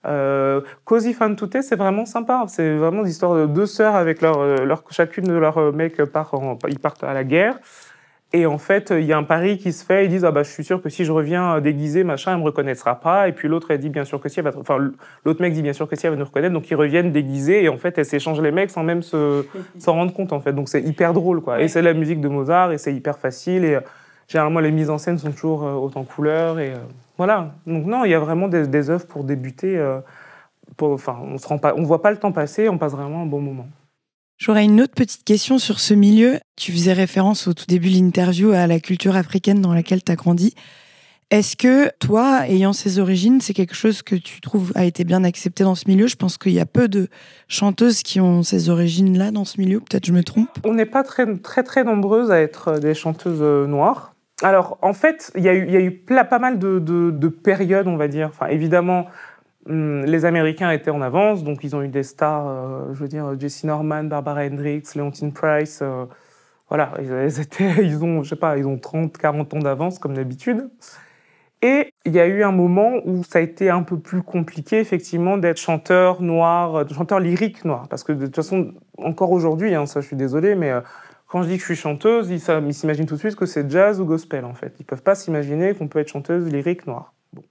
Euh, Così fan tutte, c'est vraiment sympa. C'est vraiment l'histoire de deux sœurs avec leur, leur, chacune de leurs mecs part en, ils partent à la guerre. Et en fait, il y a un pari qui se fait. Ils disent ah bah je suis sûr que si je reviens déguisé, machin, elle me reconnaîtra pas. Et puis l'autre elle dit bien sûr que si. Elle va, enfin l'autre mec dit bien sûr que si, elle va nous reconnaître. Donc ils reviennent déguisés et en fait elles s'échangent les mecs sans même se s'en rendre compte en fait. Donc c'est hyper drôle quoi. Et c'est la musique de Mozart et c'est hyper facile. Et euh, généralement les mises en scène sont toujours euh, hautes en couleurs et euh, voilà. Donc non, il y a vraiment des, des œuvres pour débuter. Euh, pour, enfin on se rend pas, on voit pas le temps passer. On passe vraiment un bon moment. J'aurais une autre petite question sur ce milieu. Tu faisais référence au tout début de l'interview à la culture africaine dans laquelle tu as grandi. Est-ce que toi, ayant ces origines, c'est quelque chose que tu trouves a été bien accepté dans ce milieu ? Je pense qu'il y a peu de chanteuses qui ont ces origines-là dans ce milieu. Peut-être je me trompe. On n'est pas très, très, très nombreuses à être des chanteuses noires. Alors, en fait, il y a eu, il y a eu pas mal de, de, de périodes, on va dire. Enfin, évidemment... Les Américains étaient en avance, donc ils ont eu des stars, euh, je veux dire, Jesse Norman, Barbara Hendricks, Leontine Price, euh, voilà, ils, étaient, ils ont, je sais pas, ils ont trente, quarante ans d'avance, comme d'habitude. Et il y a eu un moment où ça a été un peu plus compliqué, effectivement, d'être chanteur noir, chanteur lyrique noir, parce que de toute façon, encore aujourd'hui, hein, ça je suis désolée, mais euh, quand je dis que je suis chanteuse, ils, ils s'imaginent tout de suite que c'est jazz ou gospel, en fait. Ils peuvent pas s'imaginer qu'on peut être chanteuse lyrique noire.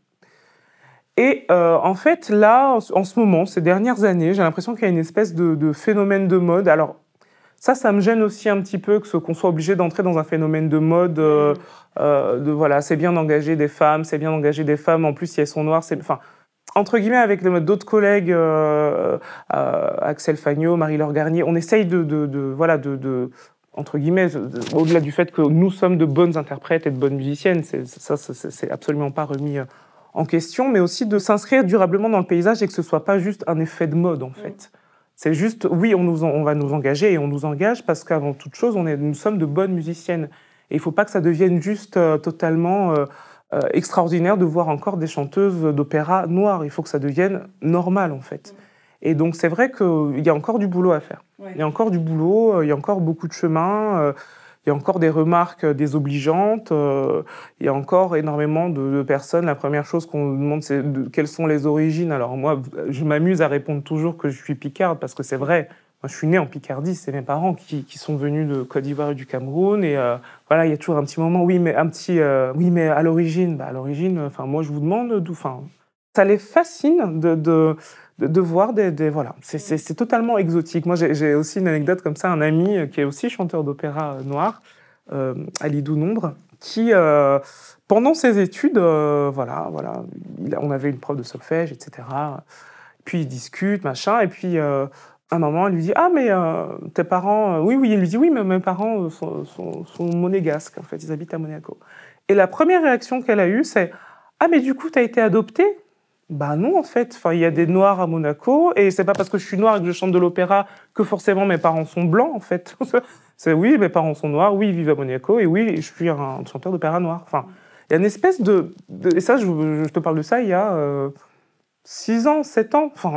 Et euh, en fait, là, en ce moment, ces dernières années, j'ai l'impression qu'il y a une espèce de, de phénomène de mode. Alors, ça, ça me gêne aussi un petit peu que, qu'on soit obligé d'entrer dans un phénomène de mode. Euh, euh, de voilà, c'est bien d'engager des femmes, c'est bien d'engager des femmes. En plus, si elles sont noires, c'est, enfin, entre guillemets, avec le, d'autres collègues, euh, euh, Axel Fagnot, Marie-Laure Garnier, on essaye de, de, de voilà, de, de entre guillemets, de, de, au-delà du fait que nous sommes de bonnes interprètes et de bonnes musiciennes, c'est, ça, c'est, c'est absolument pas remis Euh, en question, mais aussi de s'inscrire durablement dans le paysage et que ce ne soit pas juste un effet de mode, en fait. Mmh. C'est juste, oui, on, nous en, on va nous engager et on nous engage parce qu'avant toute chose, on est, nous sommes de bonnes musiciennes. Et il ne faut pas que ça devienne juste euh, totalement euh, euh, extraordinaire de voir encore des chanteuses d'opéra noires. Il faut que ça devienne normal, en fait. Mmh. Et donc, c'est vrai qu'il y a encore du boulot à faire. Ouais. Il y a encore du boulot, il y a encore beaucoup de chemin. Euh, Il y a encore des remarques désobligeantes, euh, il y a encore énormément de, de personnes. La première chose qu'on nous demande, c'est de, quelles sont les origines. Alors moi, je m'amuse à répondre toujours que je suis picarde, parce que c'est vrai. Moi, je suis née en Picardie, c'est mes parents qui, qui sont venus de Côte d'Ivoire et du Cameroun. Et euh, voilà, il y a toujours un petit moment, oui, mais un petit, euh, oui, mais à l'origine, bah, à l'origine, enfin, moi, je vous demande d'où. Enfin, ça les fascine de, de De, de voir des, des voilà, c'est, c'est, c'est totalement exotique. Moi, j'ai, j'ai aussi une anecdote comme ça, un ami qui est aussi chanteur d'opéra noir, euh, Alidou Nombre, qui, euh, pendant ses études, euh, voilà, voilà, il a, on avait une prof de solfège, et cetera. Puis il discute, machin, et puis euh, à un moment, il lui dit ah mais euh, tes parents, euh, oui oui, il lui dit oui mais mes parents sont, sont, sont monégasques, en fait, ils habitent à Monaco. Et la première réaction qu'elle a eue, c'est ah mais du coup t'as été adoptée? Bah non, en fait. Enfin, il y a des Noirs à Monaco, et c'est pas parce que je suis noire et que je chante de l'opéra que forcément mes parents sont blancs, en fait. C'est oui, mes parents sont noirs, oui, ils vivent à Monaco, et oui, je suis un chanteur d'opéra noir. Enfin, il y a une espèce de... de et ça, je, je te parle de ça il y a euh, six ans, sept ans. Enfin,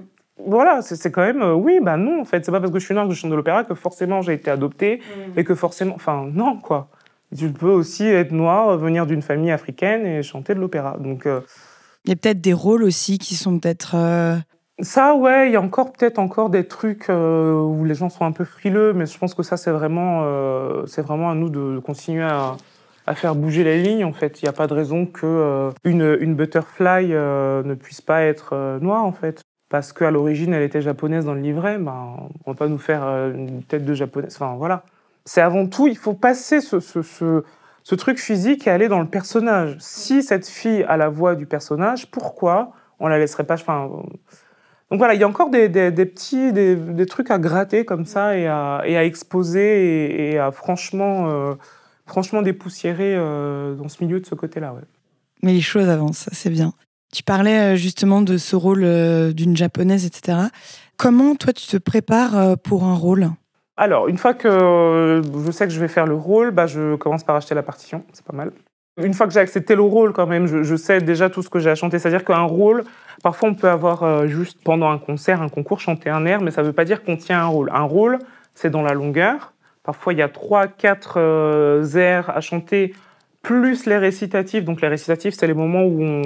voilà, c'est, c'est quand même... Euh, oui, bah non, en fait. C'est pas parce que je suis noire et que je chante de l'opéra que forcément j'ai été adoptée, mmh. et que forcément... Enfin, non, quoi. Tu peux aussi être noir, venir d'une famille africaine et chanter de l'opéra. Donc... Euh, il y a peut-être des rôles aussi qui sont peut-être... Euh... Ça, ouais, il y a encore peut-être encore des trucs euh, où les gens sont un peu frileux, mais je pense que ça, c'est vraiment, euh, c'est vraiment à nous de continuer à, à faire bouger les lignes, en fait. Il n'y a pas de raison qu'une euh, une, une butterfly euh, ne puisse pas être euh, noire, en fait. Parce qu'à l'origine, elle était japonaise dans le livret, ben, on ne va pas nous faire euh, une tête de japonaise. Enfin, voilà. C'est avant tout, il faut passer ce... ce, ce ce truc physique et aller dans le personnage. Si cette fille a la voix du personnage, pourquoi on la laisserait pas... Enfin, donc voilà, il y a encore des, des, des petits des, des trucs à gratter comme ça et à, et à exposer et, et à franchement, euh, franchement dépoussiérer euh, dans ce milieu de ce côté-là. Ouais. Mais les choses avancent, ça c'est bien. Tu parlais justement de ce rôle d'une japonaise, et cetera. Comment toi tu te prépares pour un rôle ? Alors, une fois que je sais que je vais faire le rôle, bah, je commence par acheter la partition, c'est pas mal. Une fois que j'ai accepté le rôle, quand même, je, je sais déjà tout ce que j'ai à chanter. C'est-à-dire qu'un rôle, parfois on peut avoir euh, juste pendant un concert, un concours, chanter un air, mais ça ne veut pas dire qu'on tient un rôle. Un rôle, c'est dans la longueur. Parfois, il y a trois, quatre euh, airs à chanter, plus les récitatifs. Donc les récitatifs, c'est les moments où on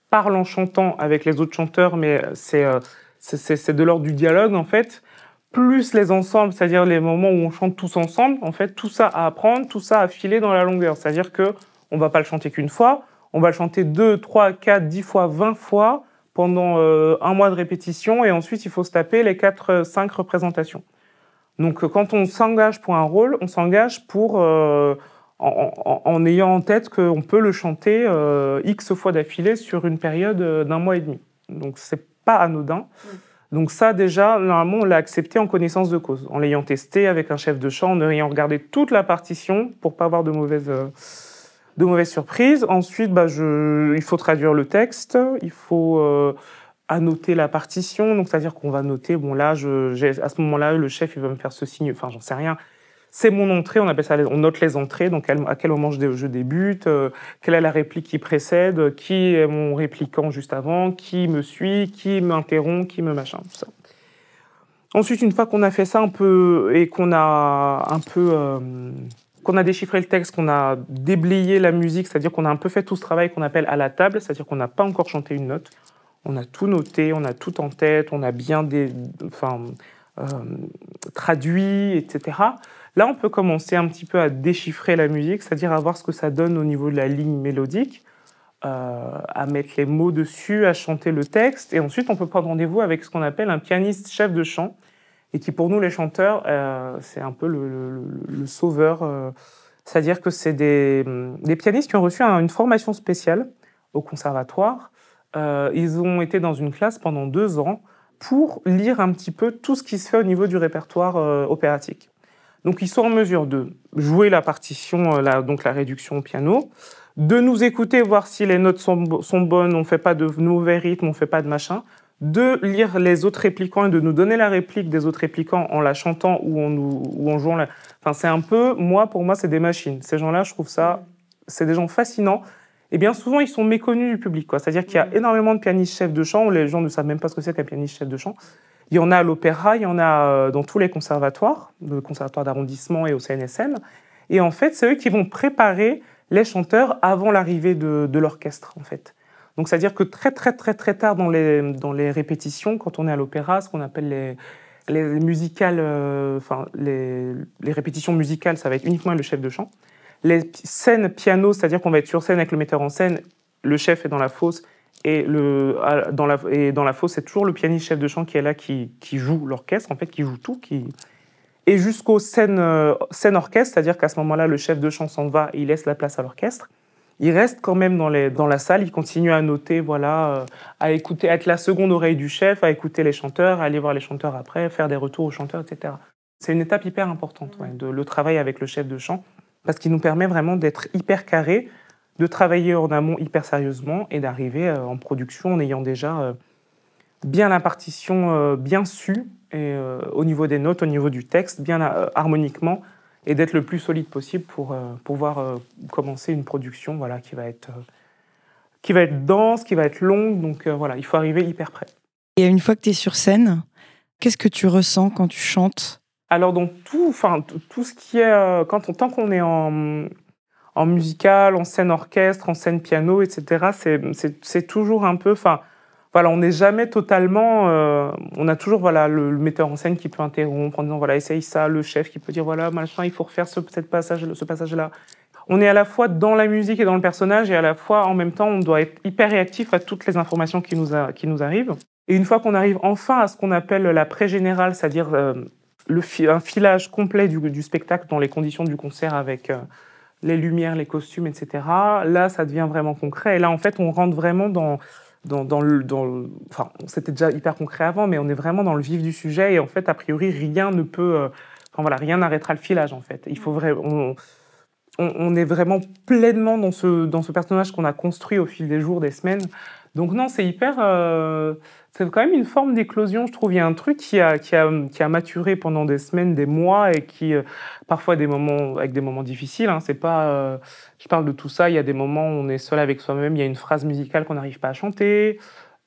parle en chantant avec les autres chanteurs, mais c'est, euh, c'est, c'est, c'est de l'ordre du dialogue, en fait, plus les ensembles, c'est-à-dire les moments où on chante tous ensemble, en fait, tout ça à apprendre, tout ça à filer dans la longueur. C'est-à-dire qu'on ne va pas le chanter qu'une fois, on va le chanter deux, trois, quatre, dix fois, vingt fois pendant euh, un mois de répétition, et ensuite, il faut se taper les quatre, cinq représentations. Donc, quand on s'engage pour un rôle, on s'engage pour, euh, en, en, en ayant en tête qu'on peut le chanter euh, X fois d'affilée sur une période d'un mois et demi. Donc, c'est pas anodin. Mmh. Donc ça, déjà, normalement, on l'a accepté en connaissance de cause, en l'ayant testé avec un chef de chant, en ayant regardé toute la partition pour pas avoir de mauvaises, euh, de mauvaises surprises. Ensuite, bah, je, il faut traduire le texte, il faut... Euh, annoter la partition, donc c'est-à-dire qu'on va noter, bon là, je, j'ai, à ce moment-là, le chef, il va me faire ce signe, enfin, j'en sais rien. C'est mon entrée, on appelle ça, on note les entrées, donc à quel moment je, je débute, euh, quelle est la réplique qui précède, qui est mon répliquant juste avant, qui me suit, qui m'interrompt, qui me machin, tout ça. Ensuite, une fois qu'on a fait ça un peu, et qu'on a un peu... Euh, qu'on a déchiffré le texte, qu'on a déblayé la musique, c'est-à-dire qu'on a un peu fait tout ce travail qu'on appelle à la table, c'est-à-dire qu'on n'a pas encore chanté une note. On a tout noté, on a tout en tête, on a bien des, enfin, euh, traduit, et cetera. Là, on peut commencer un petit peu à déchiffrer la musique, c'est-à-dire à voir ce que ça donne au niveau de la ligne mélodique, euh, à mettre les mots dessus, à chanter le texte. Et ensuite, on peut prendre rendez-vous avec ce qu'on appelle un pianiste chef de chant, et qui, pour nous, les chanteurs, euh, c'est un peu le, le, le sauveur. Euh, c'est-à-dire que c'est des, des pianistes qui ont reçu un, une formation spéciale au conservatoire. Euh, ils ont été dans une classe pendant deux ans pour lire un petit peu tout ce qui se fait au niveau du répertoire euh, opératique. Donc, ils sont en mesure de jouer la partition, euh, la, donc la réduction au piano, de nous écouter, voir si les notes sont, sont bonnes, on ne fait pas de mauvais rythme, on ne fait pas de machin, de lire les autres répliquants et de nous donner la réplique des autres répliquants en la chantant ou en, nous, ou en jouant. La... Enfin, c'est un peu, moi, pour moi, c'est des machines. Ces gens-là, je trouve ça, c'est des gens fascinants. Et bien souvent, ils sont méconnus du public, quoi. C'est-à-dire qu'il y a énormément de pianistes chefs de chant, où les gens ne savent même pas ce que c'est qu'un pianiste chef de chant. Il y en a à l'opéra, il y en a dans tous les conservatoires, le conservatoire d'arrondissement et au C N S M. Et en fait, c'est eux qui vont préparer les chanteurs avant l'arrivée de, de l'orchestre, en fait. Donc, c'est-à-dire que très, très, très, très tard dans les, dans les répétitions, quand on est à l'opéra, ce qu'on appelle les, les musicales, euh, enfin, les, les répétitions musicales, ça va être uniquement le chef de chant. Les scènes piano, c'est-à-dire qu'on va être sur scène avec le metteur en scène, le chef est dans la fosse, et, le, dans, la, et dans la fosse, c'est toujours le pianiste chef de chant qui est là, qui, qui joue l'orchestre, en fait, qui joue tout. Qui... Et jusqu'aux scènes, euh, scènes orchestre, c'est-à-dire qu'à ce moment-là, le chef de chant s'en va et il laisse la place à l'orchestre. Il reste quand même dans, les, dans la salle, il continue à noter, voilà, euh, à écouter, à être la seconde oreille du chef, à écouter les chanteurs, à aller voir les chanteurs après, faire des retours aux chanteurs, et cetera. C'est une étape hyper importante, ouais, de, le travail avec le chef de chant, parce qu'il nous permet vraiment d'être hyper carré, de travailler en amont hyper sérieusement et d'arriver euh, en production en ayant déjà euh, bien la partition euh, bien sue, et, euh, au niveau des notes, au niveau du texte, bien euh, harmoniquement, et d'être le plus solide possible pour euh, pouvoir euh, commencer une production, voilà, qui va être, euh, qui va être dense, qui va être longue. Donc euh, voilà, il faut arriver hyper prêt. Et une fois que tu es sur scène, qu'est-ce que tu ressens quand tu chantes ? Alors, dans tout, enfin, tout ce qui est... Euh, quand on, tant qu'on est en, en musical, en scène orchestre, en scène piano, et cetera, c'est, c'est, c'est toujours un peu... Enfin, voilà, on n'est jamais totalement... Euh, on a toujours, voilà, le, le metteur en scène qui peut interrompre en disant, voilà, essaye ça, le chef qui peut dire, voilà, machin, il faut refaire ce, cette passage, ce passage-là. On est à la fois dans la musique et dans le personnage, et à la fois, en même temps, on doit être hyper réactif à toutes les informations qui nous, a, qui nous arrivent. Et une fois qu'on arrive enfin à ce qu'on appelle la pré-générale, c'est-à-dire... Euh, Le fi- un filage complet du, du spectacle dans les conditions du concert avec euh, les lumières, les costumes, et cetera. Là, ça devient vraiment concret. Et là, en fait, on rentre vraiment dans... dans, dans, le, dans le, enfin, c'était déjà hyper concret avant, mais on est vraiment dans le vif du sujet. Et en fait, a priori, rien ne peut... Euh, enfin, voilà, rien n'arrêtera le filage, en fait. Il faut vraiment... On, on, on est vraiment pleinement dans ce, dans ce personnage qu'on a construit au fil des jours, des semaines. Donc non, c'est hyper... Euh, c'est quand même une forme d'éclosion, je trouve. Il y a un truc qui a, qui a, qui a maturé pendant des semaines, des mois, et qui, euh, parfois, des moments, avec des moments difficiles. Hein, c'est pas... Euh, je parle de tout ça, il y a des moments où on est seul avec soi-même, il y a une phrase musicale qu'on n'arrive pas à chanter.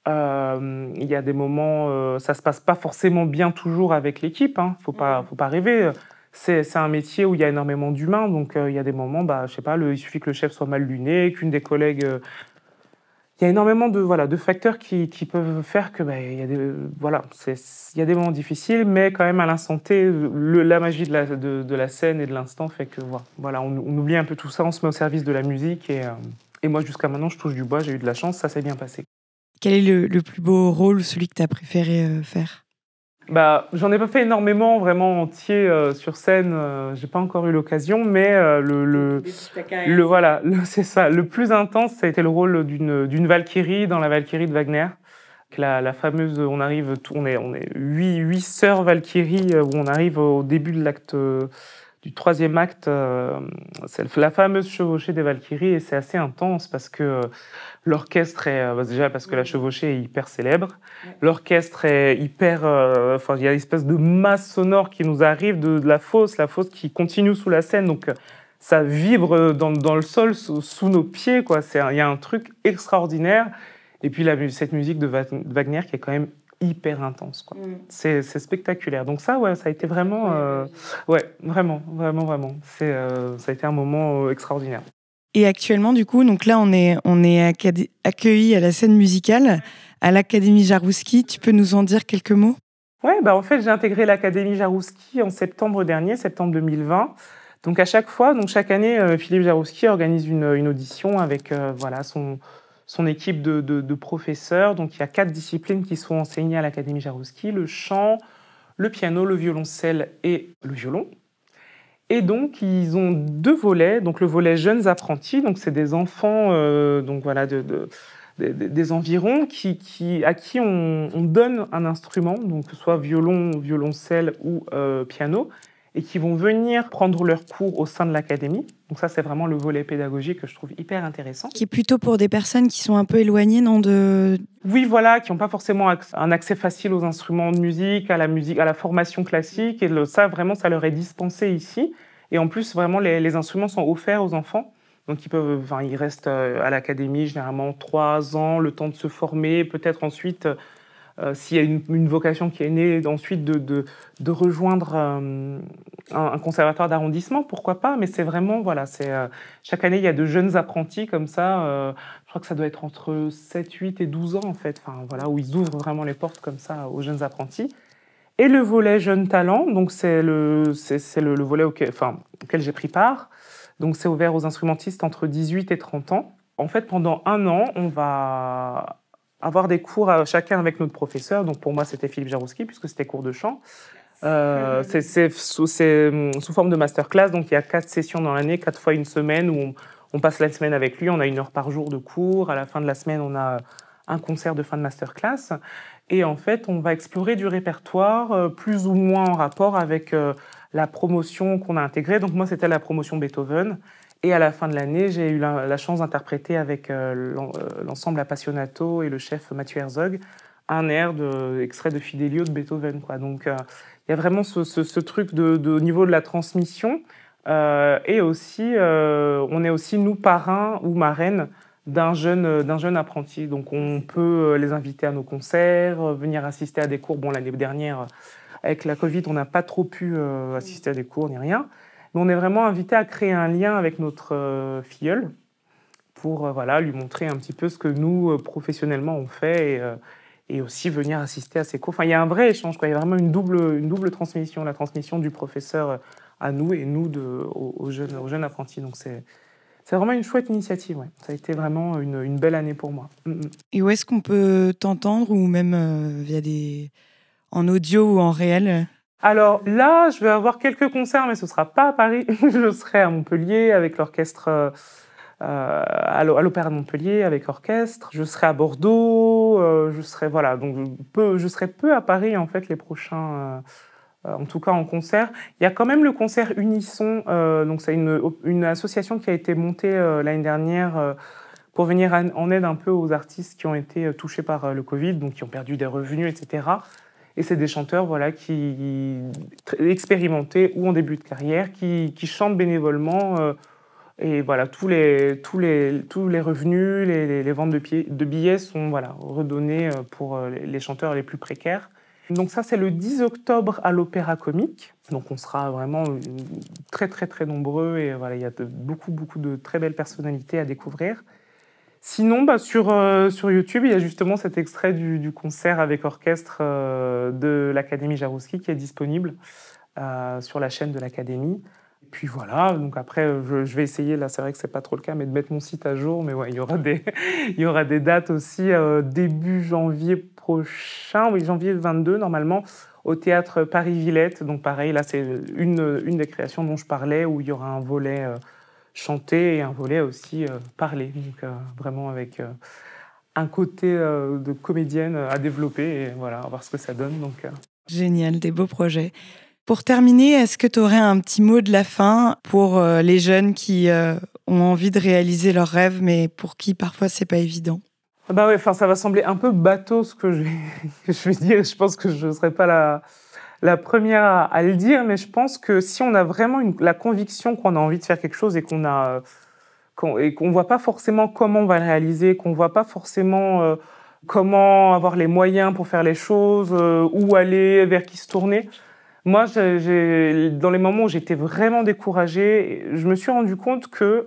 Euh, il y a des moments... Euh, ça se passe pas forcément bien toujours avec l'équipe, hein, faut pas, faut pas rêver. C'est, c'est un métier où il y a énormément d'humains, donc euh, il y a des moments, bah, je sais pas, le, il suffit que le chef soit mal luné, qu'une des collègues... Euh, il y a énormément de, voilà, de facteurs qui, qui peuvent faire que bah, il y a des, voilà, c'est, il y a des moments difficiles, mais quand même à l'instant T, le, la magie de la, de, de la scène et de l'instant fait que voilà, on, on oublie un peu tout ça, on se met au service de la musique. Et, euh, et moi, jusqu'à maintenant, je touche du bois, j'ai eu de la chance, ça s'est bien passé. Quel est le, le plus beau rôle, celui que tu as préféré euh, faire ? Bah, j'en ai pas fait énormément, vraiment entier euh, sur scène. Euh, j'ai pas encore eu l'occasion, mais euh, le, le, le voilà, le, c'est ça. Le plus intense, ça a été le rôle d'une d'une Valkyrie dans la Valkyrie de Wagner, la, la fameuse. On arrive, on est on est huit huit sœurs Valkyries où on arrive au début de l'acte. Euh, du troisième acte, euh, c'est la fameuse chevauchée des Valkyries, et c'est assez intense parce que euh, l'orchestre est, euh, déjà parce que la chevauchée est hyper célèbre, l'orchestre est hyper, euh, enfin il y a une espèce de masse sonore qui nous arrive de, de la fosse, la fosse qui continue sous la scène, donc euh, ça vibre dans, dans le sol sous, sous nos pieds, quoi. C'est, il y a un truc extraordinaire, et puis la, cette musique de Wagner qui est quand même hyper intense, quoi. Mm. C'est, c'est spectaculaire. Donc ça, ouais, ça a été vraiment, euh, ouais, vraiment, vraiment, vraiment. C'est, euh, ça a été un moment euh, extraordinaire. Et actuellement, du coup, donc là, on est, on est accad- accueillis à la scène musicale, à l'Académie Jaroussky. Tu peux nous en dire quelques mots ? Ouais, bah en fait, j'ai intégré l'Académie Jaroussky en septembre dernier, septembre deux mille vingt. Donc à chaque fois, donc chaque année, euh, Philippe Jaroussky organise une, une audition avec euh, voilà son son équipe de, de, de professeurs. Donc il y a quatre disciplines qui sont enseignées à l'Académie Jaroussky: le chant, le piano, le violoncelle et le violon. Et donc ils ont deux volets. Donc le volet jeunes apprentis, donc c'est des enfants, euh, donc voilà de, de Des, des environs qui, qui, à qui on, on donne un instrument, donc que ce soit violon, violoncelle ou euh, piano, et qui vont venir prendre leurs cours au sein de l'académie. Donc ça, c'est vraiment le volet pédagogique que je trouve hyper intéressant. Qui est plutôt pour des personnes qui sont un peu éloignées, non de... Oui, voilà, qui n'ont pas forcément un accès facile aux instruments de musique, à la musique, à la formation classique, et le, ça, vraiment, ça leur est dispensé ici. Et en plus, vraiment, les, les instruments sont offerts aux enfants. Donc, ils, peuvent, enfin, ils restent à l'académie généralement trois ans, le temps de se former, peut-être ensuite, euh, s'il y a une, une vocation qui est née, ensuite de, de, de rejoindre euh, un, un conservatoire d'arrondissement, pourquoi pas, mais c'est vraiment, voilà, c'est, euh, chaque année, il y a de jeunes apprentis comme ça, euh, je crois que ça doit être entre sept, huit et douze ans, en fait, enfin, voilà, où ils ouvrent vraiment les portes comme ça aux jeunes apprentis. Et le volet jeunes talents, donc c'est le, c'est, c'est le, le volet auquel, enfin, auquel j'ai pris part. Donc, c'est ouvert aux instrumentistes entre dix-huit et trente ans. En fait, pendant un an, on va avoir des cours à, chacun avec notre professeur. Donc, pour moi, c'était Philippe Jaroussky, puisque c'était cours de chant. Euh, c'est, c'est, sous, c'est sous forme de masterclass. Donc, il y a quatre sessions dans l'année, quatre fois une semaine, où on, on passe la semaine avec lui. On a une heure par jour de cours. À la fin de la semaine, on a un concert de fin de masterclass. Et en fait, on va explorer du répertoire plus ou moins en rapport avec euh, la promotion qu'on a intégrée. Donc moi, c'était la promotion Beethoven. Et à la fin de l'année, j'ai eu la, la chance d'interpréter avec euh, l'ensemble Appassionato et le chef Mathieu Herzog un air de, extrait de Fidelio de Beethoven, quoi. Donc euh, il y a vraiment ce, ce, ce truc de, de, au niveau de la transmission. Euh, et aussi, euh, on est aussi, nous, parrains ou marraines d'un jeune, d'un jeune apprenti. Donc on peut les inviter à nos concerts, venir assister à des cours. Bon, l'année dernière, avec la Covid, on n'a pas trop pu euh, assister à des cours ni rien. Mais on est vraiment invité à créer un lien avec notre euh, filleul pour euh, voilà, lui montrer un petit peu ce que nous, euh, professionnellement, on fait et, euh, et aussi venir assister à ces cours. Enfin, il y a un vrai échange, quoi. Il y a vraiment une double, une double transmission, la transmission du professeur à nous et nous de, aux, aux, jeunes, aux jeunes apprentis. Donc c'est... C'est vraiment une chouette initiative, ouais. Ça a été vraiment une, une belle année pour moi. Mm-hmm. Et où est-ce qu'on peut t'entendre, ou même euh, via des... en audio ou en réel ? Alors là, je vais avoir quelques concerts, mais ce ne sera pas à Paris. Je serai à Montpellier avec l'orchestre, euh, à l'Opéra de Montpellier avec l'orchestre. Je serai à Bordeaux. Euh, je serai, voilà, donc peu, je serai peu à Paris, en fait, les prochains... Euh, en tout cas en concert. Il y a quand même le concert Unisson, euh, donc c'est une, une association qui a été montée euh, l'année dernière euh, pour venir en aide un peu aux artistes qui ont été touchés par euh, le Covid, donc qui ont perdu des revenus, et cetera. Et c'est des chanteurs voilà, qui expérimentés ou en début de carrière, qui, qui chantent bénévolement. Euh, et voilà, tous les, tous les, tous les revenus, les, les, les ventes de, pieds, de billets sont voilà, redonnés pour les chanteurs les plus précaires. Donc ça, c'est le dix octobre à l'Opéra Comique. Donc on sera vraiment très, très, très nombreux. Et voilà, il y a de, beaucoup, beaucoup de très belles personnalités à découvrir. Sinon, bah, sur, euh, sur YouTube, il y a justement cet extrait du, du concert avec orchestre euh, de l'Académie Jaroussky qui est disponible euh, sur la chaîne de l'Académie. Et puis voilà, donc après, je, je vais essayer, là c'est vrai que c'est pas trop le cas, mais de mettre mon site à jour. Mais ouais, il y aura des, il y aura des dates aussi euh, début janvier prochain, oui, janvier vingt-deux normalement, au théâtre Paris-Villette. Donc pareil, là c'est une, une des créations dont je parlais, où il y aura un volet euh, chanté et un volet aussi euh, parlé. Donc euh, vraiment avec euh, un côté euh, de comédienne à développer et voilà, à voir ce que ça donne. Donc, euh... Génial, des beaux projets. Pour terminer, est-ce que tu aurais un petit mot de la fin pour euh, les jeunes qui euh, ont envie de réaliser leurs rêves, mais pour qui parfois c'est pas évident? Bah ouais, enfin ça va sembler un peu bateau ce que je vais, que je vais dire. Je pense que je ne serai pas la, la première à, à le dire, mais je pense que si on a vraiment une, la conviction qu'on a envie de faire quelque chose et qu'on a qu'on, et qu'on voit pas forcément comment on va le réaliser, qu'on voit pas forcément euh, comment avoir les moyens pour faire les choses, euh, où aller, vers qui se tourner. Moi, j'ai, j'ai, dans les moments où j'étais vraiment découragée, je me suis rendu compte que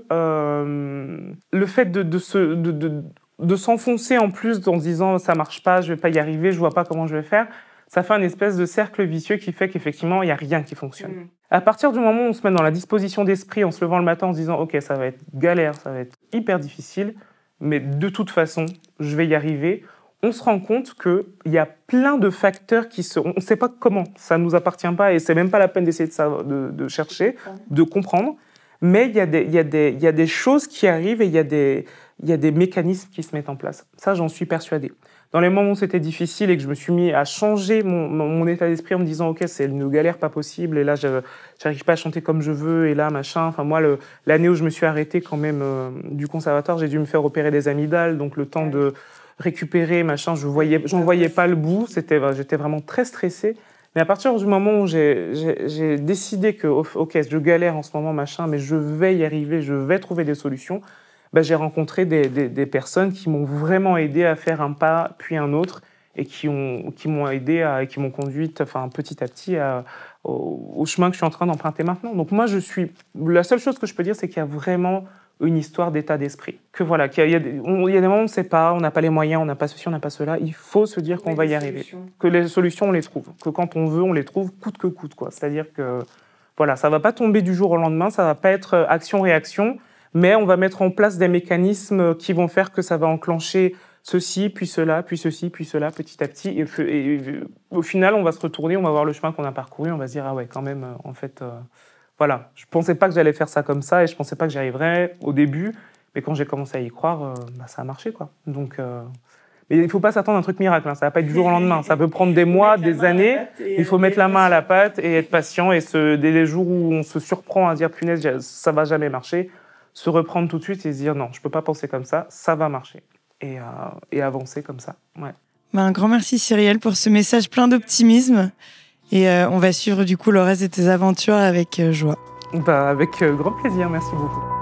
euh, le fait de, de, se, de, de, de s'enfoncer en plus en se disant « ça marche pas, je vais pas y arriver, je vois pas comment je vais faire », ça fait un espèce de cercle vicieux qui fait qu'effectivement, il y a rien qui fonctionne. Mmh. À partir du moment où on se met dans la disposition d'esprit, en se levant le matin en se disant « ok, ça va être galère, ça va être hyper difficile, mais de toute façon, je vais y arriver », on se rend compte qu'il y a plein de facteurs qui se... On ne sait pas comment, ça ne nous appartient pas et c'est même pas la peine d'essayer de, savoir, de, de chercher, de comprendre. Mais il y, a des, il, y a des, il y a des choses qui arrivent et il y a des, il y a des mécanismes qui se mettent en place. Ça, j'en suis persuadée. Dans les moments où c'était difficile et que je me suis mis à changer mon, mon, mon état d'esprit en me disant « ok, c'est une galère pas possible et là, je n'arrive pas à chanter comme je veux et là, machin ». Enfin, moi, le, l'année où je me suis arrêtée quand même euh, du conservatoire, j'ai dû me faire opérer des amygdales, donc le temps de... récupérer, machin, je voyais, j'en voyais pas le bout, c'était, j'étais vraiment très stressée. Mais à partir du moment où j'ai, j'ai, j'ai décidé que, ok, je galère en ce moment, machin, mais je vais y arriver, je vais trouver des solutions, ben, j'ai rencontré des, des, des personnes qui m'ont vraiment aidé à faire un pas, puis un autre, et qui, ont, qui m'ont aidé, à, qui m'ont conduite, enfin, petit à petit, à, au, au chemin que je suis en train d'emprunter maintenant. Donc moi, je suis... La seule chose que je peux dire, c'est qu'il y a vraiment une histoire d'état d'esprit. Que voilà, qu'il y a, il y a des, on, il y a des moments où on ne sait pas, on n'a pas les moyens, on n'a pas ceci, on n'a pas cela. Il faut se dire qu'on va y arriver. Que les solutions, on les trouve. Que quand on veut, on les trouve coûte que coûte, quoi. C'est-à-dire que voilà, ça ne va pas tomber du jour au lendemain, ça ne va pas être action-réaction, mais on va mettre en place des mécanismes qui vont faire que ça va enclencher ceci, puis cela, puis ceci, puis cela, petit à petit. Et, et, et au final, on va se retourner, on va voir le chemin qu'on a parcouru, on va se dire « ah ouais, quand même, en fait... Euh, » Voilà, je ne pensais pas que j'allais faire ça comme ça et je ne pensais pas que j'y arriverais au début. Mais quand j'ai commencé à y croire, euh, bah, ça a marché, quoi. Donc, euh... mais il ne faut pas s'attendre à un truc miracle. Hein. Ça ne va pas être du jour au lendemain. Ça peut prendre des mois, des années. Il faut mettre la main à la pâte et être patient. Et ce... dès les jours où on se surprend à dire « punaise, ça ne va jamais marcher », se reprendre tout de suite et se dire « non, je ne peux pas penser comme ça, ça va marcher ». Et, euh... et avancer comme ça. Ouais. Bah, un grand merci, Cyrielle, pour ce message plein d'optimisme. Et euh, on va suivre du coup le reste de tes aventures avec euh, joie. Bah, avec euh, grand plaisir, merci beaucoup.